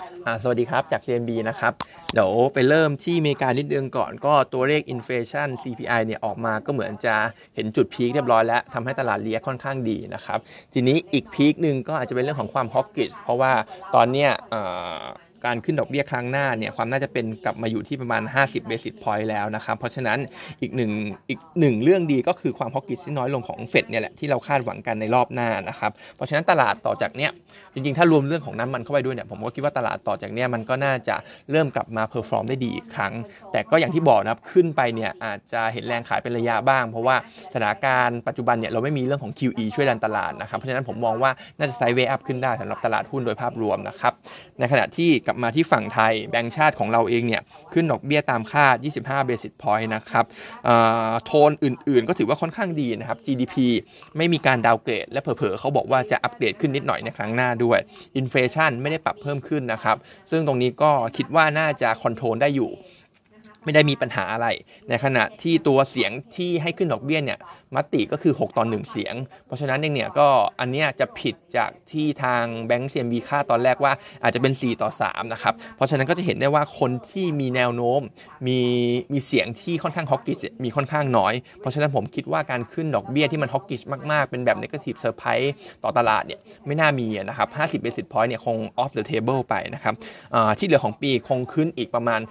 สวัสดีครับจาก CMB นะครับเดี๋ยวไปเริ่มที่อเมริกานิดนึงก่อนก็ตัวเลข inflation CPI เนี่ยออกมาก็เหมือนจะเห็นจุดพีคเรียบร้อยแล้วทำให้ตลาดเรียกค่อนข้างดีนะครับทีนี้อีกพีคนึงก็อาจจะเป็นเรื่องของความ hawkish เพราะว่าตอนเนี้ยการขึ้นดอกเบี้ยครั้งหน้าเนี่ยความน่าจะเป็นกลับมาอยู่ที่ประมาณ50 basis point แล้วนะครับเพราะฉะนั้นอีกหนึ่งเรื่องดีก็คือความ hawkish ที่น้อยลงของเฟดเนี่ยแหละที่เราคาดหวังกันในรอบหน้านะครับเพราะฉะนั้นตลาดต่อจากเนี้ยจริงๆถ้ารวมเรื่องของน้ำมันเข้าไปด้วยเนี่ยผมก็คิดว่าตลาดต่อจากเนี้ยมันก็น่าจะเริ่มกลับมาเพอร์ฟอร์มได้ดีอีกครั้งแต่ก็อย่างที่บอกนะครับขึ้นไปเนี่ยอาจจะเห็นแรงขายเป็นระยะบ้างเพราะว่าสถานการณ์ปัจจุบันเนี่ยเราไม่มีเรื่องของ QE ช่วยดันตลาดนะครับเพราะฉะนั้นผมมองว่าน่าจะไซด์เวย์อัพขึ้นได้สำหรับตลาดหุ้นโดยภาพรวมนะครับในขณะที่กลับมาที่ฝั่งไทยแบงก์ชาติของเราเองเนี่ยขึ้นดอกเบี้ยตามคาด25 basis point นะครับโทนอื่นๆก็ถือว่าค่อนข้างดีนะครับ GDP ไม่มีการดาวเกรดและเผลอๆเขาบอกว่าจะอัปเกรดขึ้นนิดหน่อยในครั้งหน้าด้วยอินเฟลชันไม่ได้ปรับเพิ่มขึ้นนะครับซึ่งตรงนี้ก็คิดว่าน่าจะคอนโทรลได้อยู่ไม่ได้มีปัญหาอะไรในขณะที่ตัวเสียงที่ให้ขึ้นดอกเบี้ยเนี่ยมติก็คือ6-1เสียงเพราะฉะนั้นเองเนี่ยก็อันเนี้ยจะผิดจากที่ทางแบงก์ CMB คาดตอนแรกว่าอาจจะเป็น4-3นะครับเพราะฉะนั้นก็จะเห็นได้ว่าคนที่มีแนวโน้มมีเสียงที่ค่อนข้างฮอกกิชมีค่อนข้างน้อยเพราะฉะนั้นผมคิดว่าการขึ้นดอกเบี้ยที่มันฮอกกิชมากๆเป็นแบบ negative surprise ต่อตลาดเนี่ยไม่น่ามีนะครับ50 basis point เนี่ยคง off the table ไปนะครับที่เหลือของปีคงขึ้นอีกประมาณ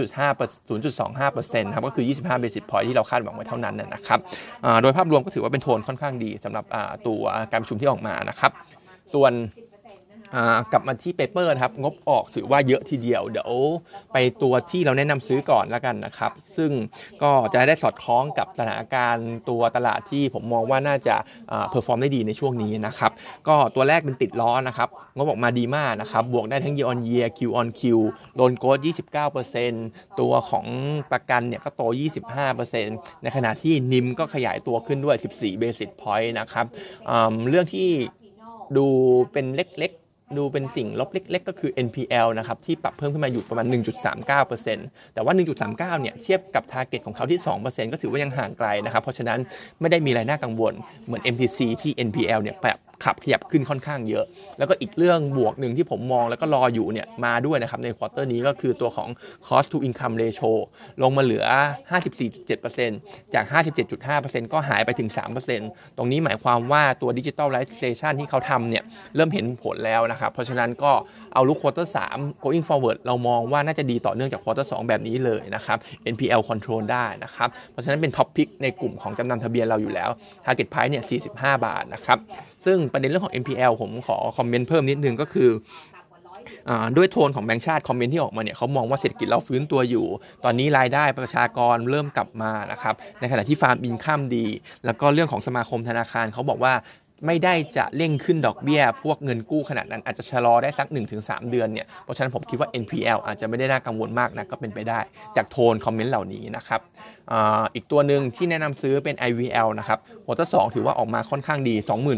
0.25% ครับก็คือ25 basis point ที่เราคาดหวังไว้เท่านั้นนะครับโดยภาพรวมก็ถือว่าเป็นโทนค่อนข้างดีสำหรับตัวการประชุมที่ออกมานะครับส่วนกลับมาที่เปเปอร์ครับงบออกถือว่าเยอะทีเดียวเดี๋ยวไปตัวที่เราแนะนำซื้อก่อนแล้วกันนะครับซึ่งก็จะได้สอดคล้องกับสถานการณ์ตัวตลาดที่ผมมองว่าน่าจะเพอร์ฟอร์มได้ดีในช่วงนี้นะครับก็ตัวแรกเป็นติดล้อนะครับงบออกมาดีมากนะครับบวกได้ทั้ง year on year Q on Q โลนโกรท 29% ตัวของประกันเนี่ยก็โต 25% ในขณะที่นิมก็ขยายตัวขึ้นด้วย14 basis point นะครับเรื่องที่ดูเป็นเล็กดูเป็นสิ่งลบเล็กๆก็คือ NPL นะครับที่ปรับเพิ่มขึ้นมาอยู่ประมาณ 1.39% แต่ว่า 1.39 เนี่ยเทียบกับ target ของเขาที่ 2% ก็ถือว่ายังห่างไกลนะครับเพราะฉะนั้นไม่ได้มีอะไรน่ากังวลเหมือน MTC ที่ NPL เนี่ยแบบขยับขึ้นค่อนข้างเยอะแล้วก็อีกเรื่องบวกหนึ่งที่ผมมองแล้วก็รออยู่เนี่ยมาด้วยนะครับในควอเตอร์นี้ก็คือตัวของ cost to income ratio ลงมาเหลือ 54.7% จาก 57.5% ก็หายไปถึง 3% ตรงนี้หมายความว่าตัว digitalization ที่เขาทำเนี่ยเริ่มเห็นผลแล้วนะครับเพราะฉะนั้นก็เอาลุกควอเตอร์3 going forward เรามองว่าน่าจะดีต่อเนื่องจากควอเตอร์2แบบนี้เลยนะครับ NPL control ได้นะครับเพราะฉะนั้นเป็น top pick ในกลุ่มของจำนำทะเบียนเราอยู่แล้ว target price เนี่ย45 บาทนะครับซึ่งประเด็นเรื่องของ NPL ผมขอคอมเมนต์เพิ่มนิดนึงก็คือด้วยโทนของแบงก์ชาติคอมเมนต์ที่ออกมาเนี่ยเขามองว่าเศรษฐกิจเราฟื้นตัวอยู่ตอนนี้รายได้ประชากรเริ่มกลับมานะครับในขณะที่ฟาร์มอินคัมดีแล้วก็เรื่องของสมาคมธนาคารเขาบอกว่าไม่ได้จะเร่งขึ้นดอกเบี้ยพวกเงินกู้ขนาดนั้นอาจจะชะลอได้สัก 1-3 เดือนเนี่ยเพราะฉะนั้นผมคิดว่า NPL อาจจะไม่ได้น่ากังวลมากนะก็เป็นไปได้จากโทนคอมเมนต์เหล่านี้นะครับอีกตัวหนึ่งที่แนะนำซื้อเป็น IVL นะครับควอเตอร์2ถือว่าออกมาค่อนข้างดี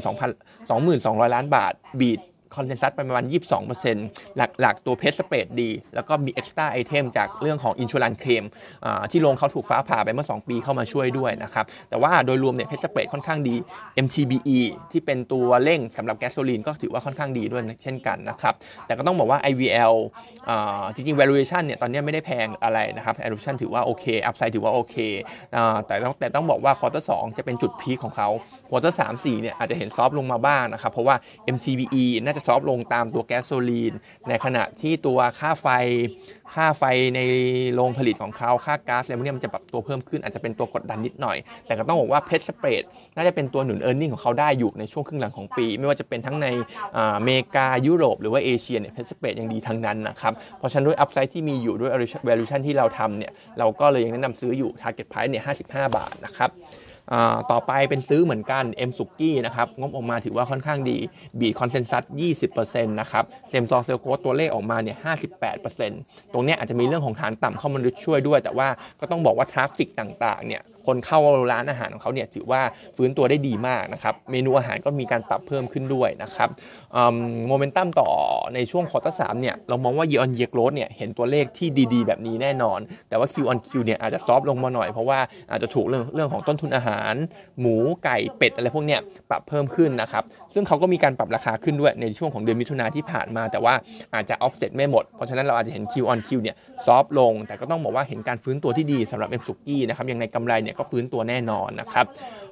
22,200 ล้านบาทบีทคอนเซนซัสประมาณ 22% หลักๆตัวเพจสเปรดดีแล้วก็มี extra item จากเรื่องของ insurance claim ที่โรงเขาถูกฟ้าผ่าไปเมื่อ2 ปีเข้ามาช่วยด้วยนะครับแต่ว่าโดยรวมเนี่ยเพจสเปรดค่อนข้างดี MTBE ที่เป็นตัวเร่งสำหรับแก๊สโซลีนก็ถือว่าค่อนข้างดีด้วยเช่นกันนะครับแต่ก็ต้องบอกว่า IVL จริงๆ valuation เนี่ยตอนนี้ไม่ได้แพงอะไรนะครับ valuation ถือว่าโอเค upside ถือว่าโอเคแต่ต้องบอกว่า quarter 2จะเป็นจุดพีคของเขา quarter 3-4เนี่ยอาจจะเห็นซอฟลงมาบ้างนะครับเพราะว่า MTBE น่าจะซอฟลงตามตัวแก๊สโซลีนในขณะที่ตัวค่าไฟในโรงผลิตของเขาค่าก๊าซอะไรพวกนี้มันจะปรับตัวเพิ่มขึ้นอาจจะเป็นตัวกดดันนิดหน่อยแต่ก็ต้องบอกว่าเพชรสเปรดน่าจะเป็นตัวหนุน earning ของเขาได้อยู่ในช่วงครึ่งหลังของปีไม่ว่าจะเป็นทั้งในอเมริกายุโรปหรือว่าเอเชียเนี่ยเพชรสเปรดยังดีทั้งนั้นนะครับเพราะฉะนั้นด้วย upside ที่มีอยู่ด้วย valuation ที่เราทำเนี่ยเราก็เลยยังแนะนำซื้ออยู่ target price เนี่ย55 บาทนะครับต่อไปเป็นซื้อเหมือนกัน M สุกี้นะครับงบออกมาถือว่าค่อนข้างดีบีทคอนเซนซัส 20% นะครับเซมซอร์เซลโกตัวเลขออกมาเนี่ย 58% ตรงนี้อาจจะมีเรื่องของฐานต่ำเข้ามาช่วยด้วยแต่ว่าก็ต้องบอกว่าทราฟฟิกต่างๆเนี่ยคนเข้าร้านอาหารของเขาเนี่ยถือว่าฟื้นตัวได้ดีมากนะครับเมนูอาหารก็มีการปรับเพิ่มขึ้นด้วยนะครับโมเมนตัมต่อในช่วงควอเตอร์3เนี่ยเรามองว่า year on year growth เนี่ยเห็นตัวเลขที่ดีๆแบบนี้แน่นอนแต่ว่า Q on Q เนี่ยอาจจะซอฟลงมาหน่อยเพราะว่าอาจจะถูกเรื่องของต้นทุนอาหารหมูไก่เป็ดอะไรพวกเนี้ยปรับเพิ่มขึ้นนะครับซึ่งเขาก็มีการปรับราคาขึ้นด้วยในช่วงของเดือนมิถุนายนที่ผ่านมาแต่ว่าอาจจะ offset ไม่หมดเพราะฉะนั้นเราอาจจะเห็น Q on Q เนี่ยซอฟลงแต่ก็ต้องบอกว่าเห็นการฟื้นตัวที่ดีสำหรับ M Suki นะครับยังไงกำไรเนี่ยก็ฟื้นตัวแน่นอนนะครับ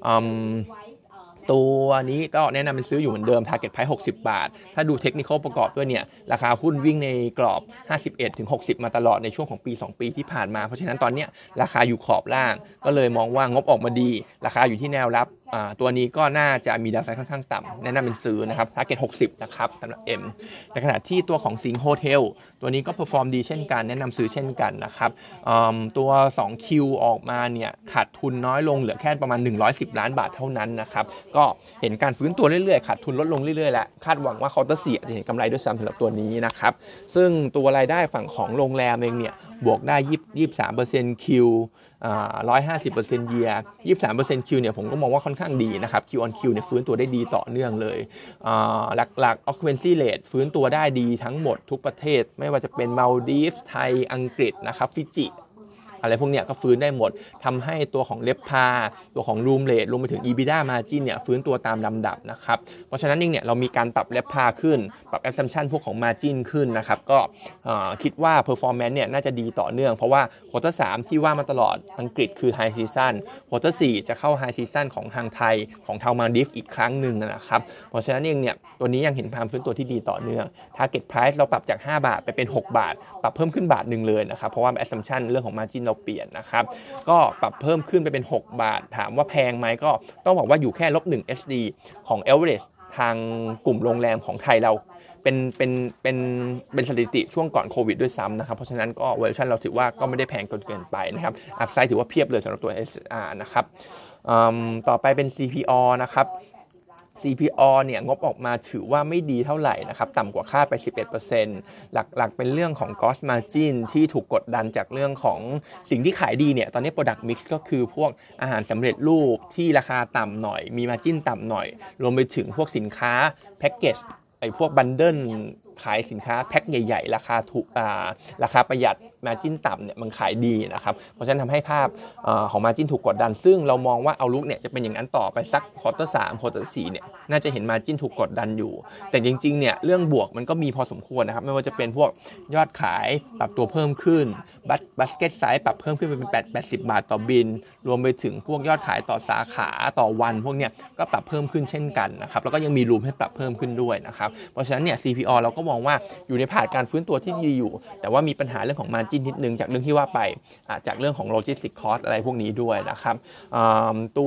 ตัวนี้ก็แนะนำเป็นซื้ออยู่เหมือนเดิม target price 60 บาทถ้าดูเทคนิคประกอบด้วยเนี่ยราคาหุ้นวิ่งในกรอบ 51-60 มาตลอดในช่วงของปี 2 ปีที่ผ่านมาเพราะฉะนั้นตอนนี้ราคาอยู่ขอบล่างก็เลยมองว่างบออกมาดีราคาอยู่ที่แนวรับตัวนี้ก็น่าจะมีดาวไซด์ค่อนข้างต่ำแนะนำเป็นซื้อนะครับ target 60 นะครับสำหรับ M ในขณะที่ตัวของสิงห์โฮเทลตัวนี้ก็เพอร์ฟอร์มดีเช่นกันแนะนำซื้อเช่นกันนะครับตัว 2Q ออกมาเนี่ยขาดทุนน้อยลงเหลือแค่ประมาณ110 ล้านบาทเท่านั้นนะครับก็เห็นการฟื้นตัวเรื่อยๆขาดทุนลดลงเรื่อยๆแล้วคาดหวังว่าควอเตอร์4จะเห็นกำไรด้วยซ้ำสำหรับตัวนี้นะครับซึ่งตัวรายได้ฝั่งของโรงแรมเองเนี่ยบวกได้23% Q 150% year 23% Q เนี่ยผมก็มองว่าค่อนข้างดีนะครับ Q on Q เนี่ยฟื้นตัวได้ดีต่อเนื่องเลยหลักๆ occupancy rate ฟื้นตัวได้ดีทั้งหมดทุกประเทศไม่ว่าจะเป็นมาลดีฟส์ไทยอังกฤษนะครับฟิจิอะไรพวกเนี้ยก็ฟื้นได้หมดทำให้ตัวของเลฟพาตัวของรูมเรทรวมไปถึง EBITDA margin เนี่ยฟื้นตัวตามลำดับนะครับเพราะฉะนั้นเองเนี่ยเรามีการปรับเลฟพาขึ้นปรับ assumption พวกของ margin ขึ้นนะครับก็คิดว่า performance เนี่ยน่าจะดีต่อเนื่องเพราะว่าควอเตอร์3ที่ว่ามาตลอดอังกฤษคือ high season ควอเตอร์4จะเข้า high season ของทางไทยของทางมาลดีฟอีกครั้งหนึ่งนะครับเพราะฉะนั้นเองเนี่ยตัวนี้ยังเห็นความฟื้นตัวที่ดีต่อเนื่อง target price เราปรับจาก5 บาทไปเป็น6 บาทปรับเพิ่มขึ้นบาทนึงเลยนะครับเพราะว่า assumption เรื่องของ marginเปลี่ยนนะครับก็ปรับเพิ่มขึ้นไปเป็น6 บาทถามว่าแพงไหมก็ต้องบอกว่าอยู่แค่-1 SD ของ average ทางกลุ่มโรงแรมของไทยเราเป็นสถิติช่วงก่อนโควิดด้วยซ้ำนะครับเพราะฉะนั้นก็ valuation เราถือว่าก็ไม่ได้แพงจนเกินไปนะครับอัพไซด์ถือว่าเพียบเลยสำหรับตัว SR นะครับต่อไปเป็น CPO นะครับCPO เนี่ยงบออกมาถือว่าไม่ดีเท่าไหร่นะครับต่ำกว่าคาดไป 11% หลักๆเป็นเรื่องของ Gross Margin ที่ถูกกดดันจากเรื่องของสิ่งที่ขายดีเนี่ยตอนนี้ Product Mix ก็คือพวกอาหารสำเร็จรูปที่ราคาต่ำหน่อยมี Margin ต่ำหน่อยรวมไปถึงพวกสินค้าแพ็กเกจพวกบันเดิลขายสินค้าแพ็คใหญ่ๆราคาถูกราคาประหยัด margin ต่ำเนี่ยมันขายดีนะครับเพราะฉะนั้นทำให้ภาพของ margin ถูกกดดันซึ่งเรามองว่าเอาลุกเนี่ยจะเป็นอย่างนั้นต่อไปสักควอเตอร์3ควอเตอร์4เนี่ยน่าจะเห็น margin ถูกกดดันอยู่แต่จริงๆเนี่ยเรื่องบวกมันก็มีพอสมควรนะครับไม่ว่าจะเป็นพวกยอดขายปรับตัวเพิ่มขึ้นบัสเก็ตไซส์ปรับเพิ่มขึ้นไปเป็น80 บาทต่อบินรวมไปถึงพวกยอดขายต่อสาขาต่อวันพวกเนี้ยก็ปรับเพิ่มขึ้นเช่นกันนะครับแล้วก็ยังมีรูมให้ปรับเพิ่มขึ้นด้วยนะครับเพราะฉะนั้นเนี่ย CPO เราก็มองว่าอยู่ในภาพการฟื้นตัวที่ดีอยู่แต่ว่ามีปัญหาเรื่องของ margin นิดนึงจากเรื่องที่ว่าไปจากเรื่องของ logistic cost อะไรพวกนี้ด้วยนะครับตัว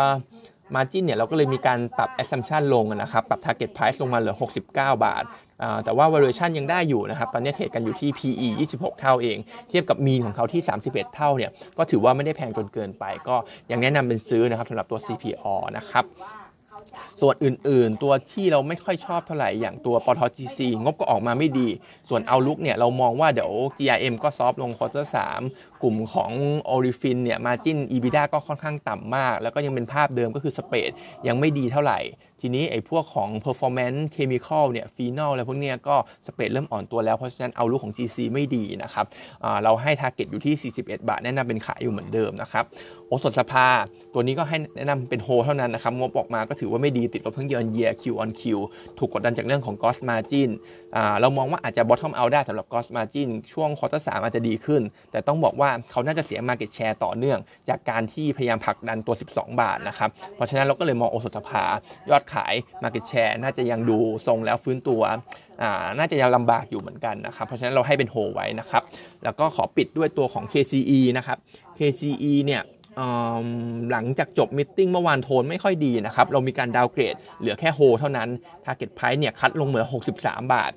margin เนี่ยเราก็เลยมีการปรับ assumption ลงนะครับปรับ target price ลงมาเหลือ69 บาทแต่ว่า valuation ยังได้อยู่นะครับตอนนี้เทรดกันอยู่ที่ PE 26 เท่าเองเทียบกับ mean ของเขาที่31 เท่าเนี่ยก็ถือว่าไม่ได้แพงจนเกินไปก็ยังแนะนำเป็นซื้อนะครับสำหรับตัว CPO นะครับส่วนอื่นๆตัวที่เราไม่ค่อยชอบเท่าไหร่อย่างตัวปตท. GC งบก็ออกมาไม่ดีส่วน Outlook เนี่ยเรามองว่าเดี๋ยว GRM ก็ซอฟลงควอเตอร์3กลุ่มของ Orifin เนี่ย Margin EBITDA ก็ค่อนข้างต่ำมากแล้วก็ยังเป็นภาพเดิมก็คือสเปรดยังไม่ดีเท่าไหร่ทีนี้ไอ้พวกของ performance chemical เนี่ย phenol อะไรพวกเนี้ยก็สเปรดเริ่มอ่อนตัวแล้วเพราะฉะนั้นเอาลุกของ GC ไม่ดีนะครับเราให้ target อยู่ที่41 บาทแนะนำเป็นขายอยู่เหมือนเดิมนะครับโอสถสภาตัวนี้ก็ให้แนะนำเป็นโฮเท่านั้นนะครับงบออกมาก็ถือว่าไม่ดีติดลบทั้ง year Q on Q ถูกกดดันจากเรื่องของ gross margin เรามองว่าอาจจะ bottom out ได้สำหรับ gross margin ช่วง quarter 3อาจจะดีขึ้นแต่ต้องบอกว่าเขาน่าจะเสีย market share ต่อเนื่องจากการที่พยายามผลักดันตัว12 บาทนะครับเพราะฉะนั้นเราก็เลยมองโอสถสภายอดขาย market share น่าจะยังดูทรงแล้วฟื้นตัวน่าจะยังลำบากอยู่เหมือนกันนะครับเพราะฉะนั้นเราให้เป็นโฮไว้นะครับแล้วก็ขอปิดด้วยตัวของ KCE นะครับ KCE เนี่ยหลังจากจบมิทติ้งเมื่อวานโทนไม่ค่อยดีนะครับเรามีการดาวเกรดเหลือแค่โฮเท่านั้น target price เนี่ยคัดลงเหลือ63 บาท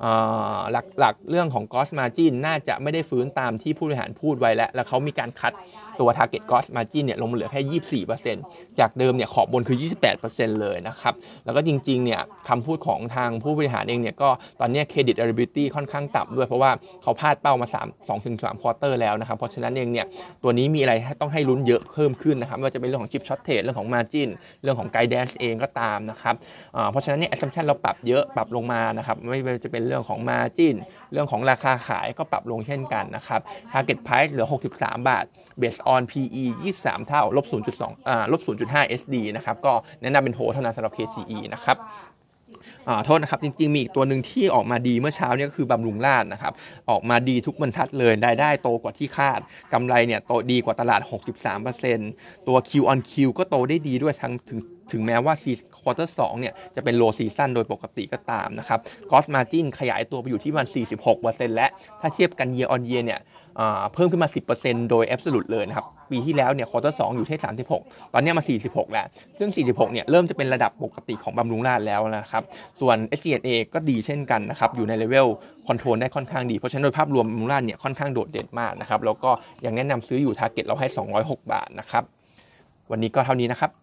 หลักเรื่องของ gross margin น่าจะไม่ได้ฟื้นตามที่ผู้บริหารพูดไว้แล้วเขามีการคัดตัว target gross margin เนี่ยลงมาเหลือแค่ 24% จากเดิมเนี่ยขอบบนคือ 28% เลยนะครับแล้วก็จริงๆเนี่ยคำพูดของทางผู้บริหารเองเนี่ยก็ตอนนี้ credit reliability ค่อนข้างต่ำด้วยเพราะว่าเขาพลาดเป้ามา2-3 ควอเตอร์แล้วนะครับเพราะฉะนั้นเองเนี่ยตัวนี้มีอะไรต้องให้ลุ้นเยอะเพิ่มขึ้นนะครับไม่ว่าจะเป็นเรื่องของ chip shortage เรื่องของ margin เรื่องของ guidance เองก็ตามนะครับเพราะฉะนั้นเนี่ย assumption เราปรับเยอะปรับลงมานะครับไม่ว่าจะเป็นเรื่องของ margin เรื่องของราคาขายก็ปรับลงเช่นกันนะครับ target price เหลือ63 บาท based on PE 23 เท่าลบ 0.5 SD นะครับก็แนะนำเป็นโฮเท่านั้นสำหรับ KCE นะครับโทษนะครับจริงๆมีอีกตัวหนึ่งที่ออกมาดีเมื่อเช้านี้ก็คือบำรุงราษฎร์นะครับออกมาดีทุกบรรทัดเลยรายได้โตกว่าที่คาดกำไรเนี่ยโตดีกว่าตลาด 63% ตัว Q on Q ก็โตได้ดีด้วยถึงแม้ว่าควอเตอร์2เนี่ยจะเป็น low season โดยปกติก็ตามนะครับ gross margin ขยายตัวไปอยู่ที่ประมาณ 46% และถ้าเทียบกัน year on year เนี่ยเพิ่มขึ้นมา 10% โดย absolute เลยนะครับปีที่แล้วเนี่ยควอเตอร์2อยู่ที่36ตอนนี้มา46แล้วซึ่ง46เนี่ยเริ่มจะเป็นระดับปกติของบำรุงราษฎร์แล้วนะครับส่วน SG&A ก็ดีเช่นกันนะครับอยู่ในเลเวลคอนโทรลได้ค่อนข้างดีเพราะฉะนั้นโดยภาพรวมบำรุงราษฎร์เนี่ยค่อนข้างโดดเด่นมากนะครับแล้วก็ยังแนะนำซื้ออยู่ target เราให้206 บาทนะครับวันนี้ก็เท่านี้นะครับ